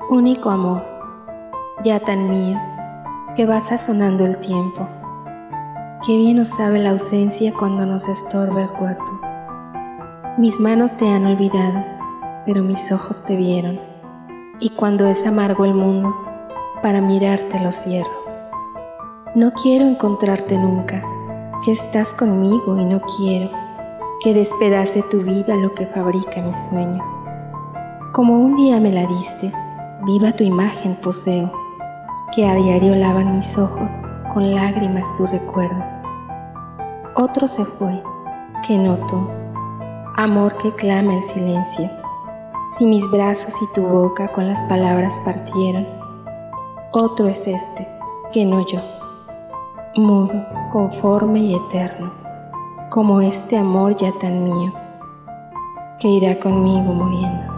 Único amor, ya tan mío, que va sazonando el tiempo. Qué bien nos sabe la ausencia cuando nos estorba el cuerpo. Mis manos te han olvidado, pero mis ojos te vieron. Y cuando es amargo el mundo, para mirarte lo cierro. No quiero encontrarte nunca, que estás conmigo y no quiero que despedace tu vida lo que fabrica mi sueño. Como un día me la diste, viva tu imagen poseo, que a diario lavan mis ojos con lágrimas tu recuerdo. Otro se fue, que no tú, amor que clama el silencio. Si mis brazos y tu boca con las palabras partieron, otro es este, que no yo, mudo, conforme y eterno, como este amor ya tan mío, que irá conmigo muriendo.